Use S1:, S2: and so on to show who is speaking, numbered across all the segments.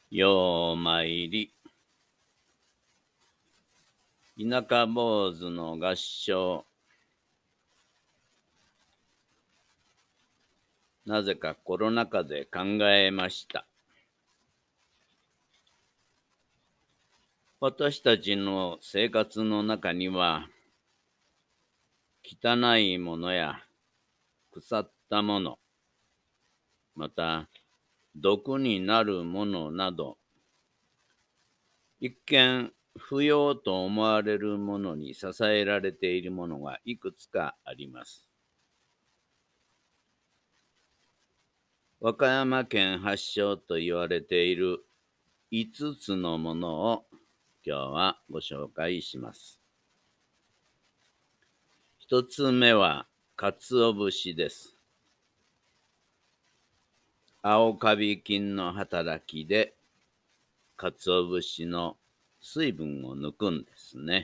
S1: ようまいり、田舎坊主の合唱。なぜかコロナ禍で考えました。私たちの生活の中には、汚いものや腐ったもの、また毒になるものなど、一見不要と思われるものに支えられているものがいくつかあります。和歌山県発祥と言われている5つのものを今日はご紹介します。1つ目は鰹節です。青カビ菌の働きで鰹節の水分を抜くんですね。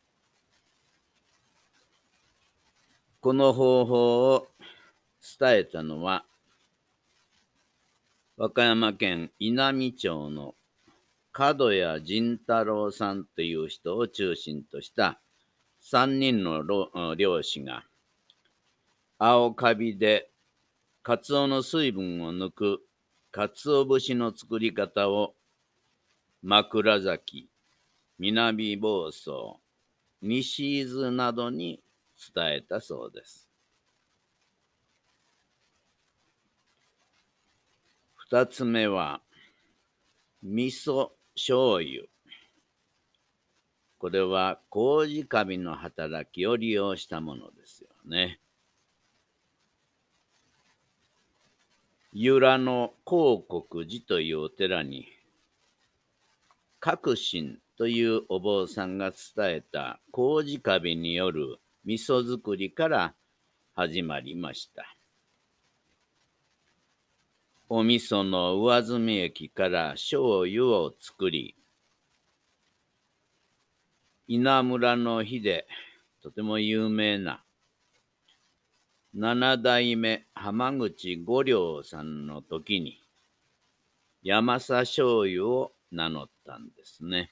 S1: この方法を伝えたのは和歌山県稲美町の角谷仁太郎さんという人を中心とした3人の漁師が青カビでカツオの水分を抜く鰹節の作り方を枕崎、南房総、西伊豆などに伝えたそうです。2つ目は味噌醤油。これは麹カビの働きを利用したものですよね。由良の興国寺というお寺に覚心というお坊さんが伝えた麹カビによる味噌作りから始まりました。お味噌の上澄み液から醤油を作り、稲むらの火でとても有名な七代目浜口五良さんの時に山佐醤油を名乗ったんですね。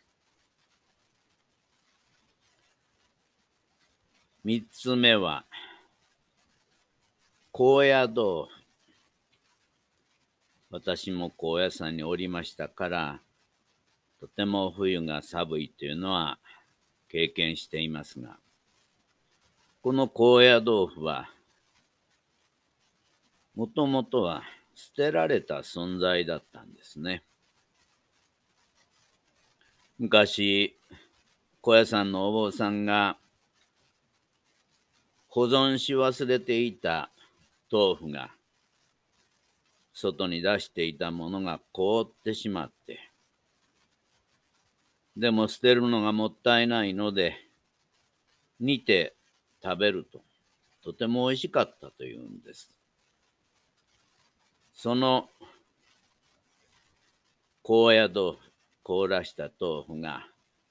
S1: 三つ目は高野豆腐。私も高野山におりましたから、とても冬が寒いというのは経験していますが、この高野豆腐は、もともとは捨てられた存在だったんですね。昔、高野山のお坊さんが保存し忘れていた豆腐が、外に出していたものが凍ってしまって、でも捨てるのがもったいないので、煮て食べると、とても美味しかったというんです。その高野豆腐、凍らした豆腐が、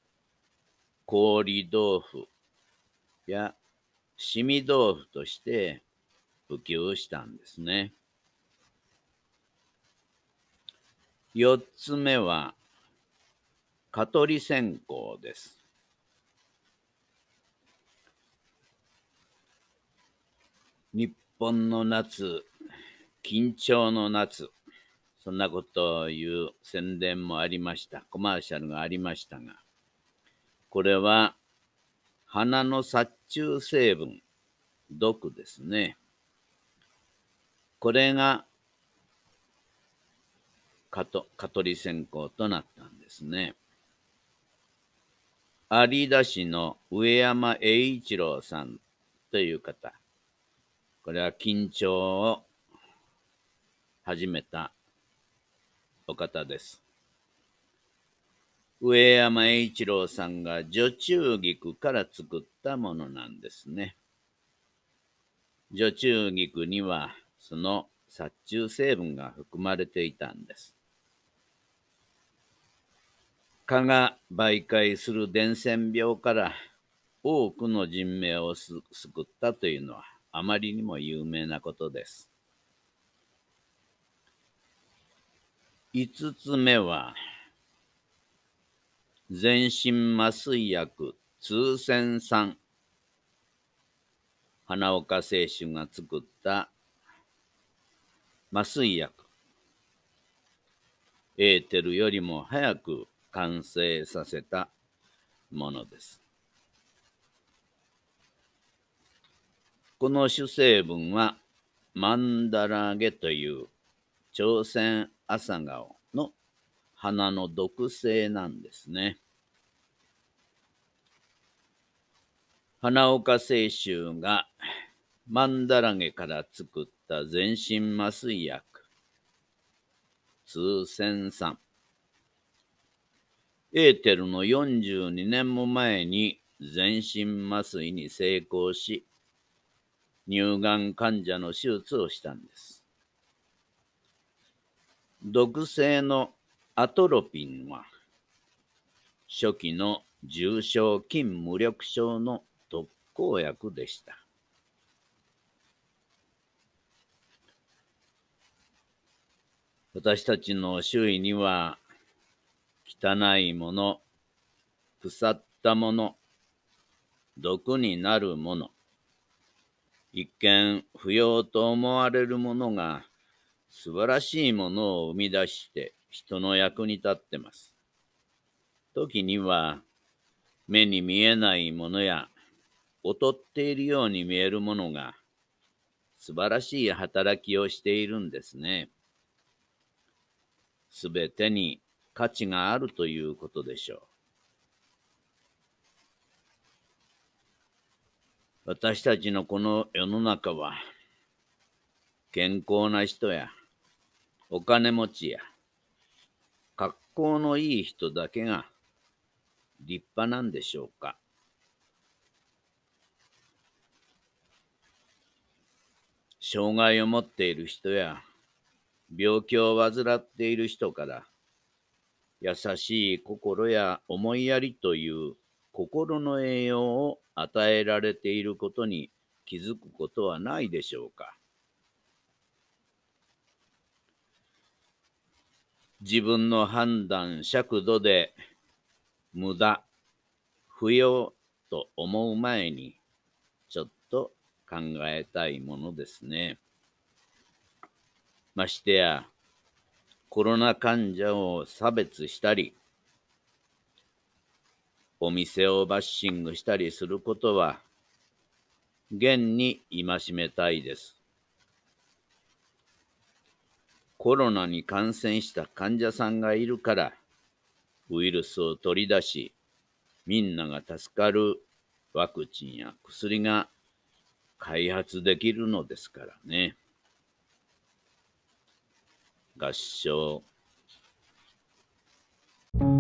S1: 氷豆腐やしみ豆腐として普及したんですね。4つ目は、蚊取り線香です。日本の夏、緊張の夏、そんなことを言う宣伝もありました。コマーシャルがありましたが、これは花の殺虫成分、毒ですね。これが蚊取り線香となったんですね。有田市の上山栄一郎さんという方。これは緊張を始めたお方です。上山栄一郎さんが女中菊から作ったものなんですね。女中菊にはその殺虫成分が含まれていたんです。蚊が媒介する伝染病から多くの人命を救ったというのはあまりにも有名なことです。 5つ目は、全身麻酔薬通線酸。花岡製酒が作った麻酔薬。エーテルよりも早く完成させたものです。この主成分はマンダラゲという朝鮮朝顔の花の毒性なんですね。花岡清舟がマンダラゲから作った全身麻酔薬通線酸。エーテルの42年も前に全身麻酔に成功し、乳がん患者の手術をしたんです。毒性のアトロピンは、初期の重症筋無力症の特効薬でした。私たちの周囲には、汚いもの、腐ったもの、毒になるもの、一見不要と思われるものが素晴らしいものを生み出して人の役に立ってます。時には目に見えないものや劣っているように見えるものが素晴らしい働きをしているんですね。すべてに価値があるということでしょう。私たちのこの世の中は、健康な人やお金持ちや格好のいい人だけが立派なんでしょうか。障害を持っている人や病気を患っている人から優しい心や思いやりという心の栄養を与えられていることに気づくことはないでしょうか。自分の判断、尺度で無駄、不要と思う前にちょっと考えたいものですね。ましてやコロナ患者を差別したり、お店をバッシングしたりすることは現に戒めたいです。コロナに感染した患者さんがいるから、ウイルスを取り出し、みんなが助かるワクチンや薬が開発できるのですからね。合唱。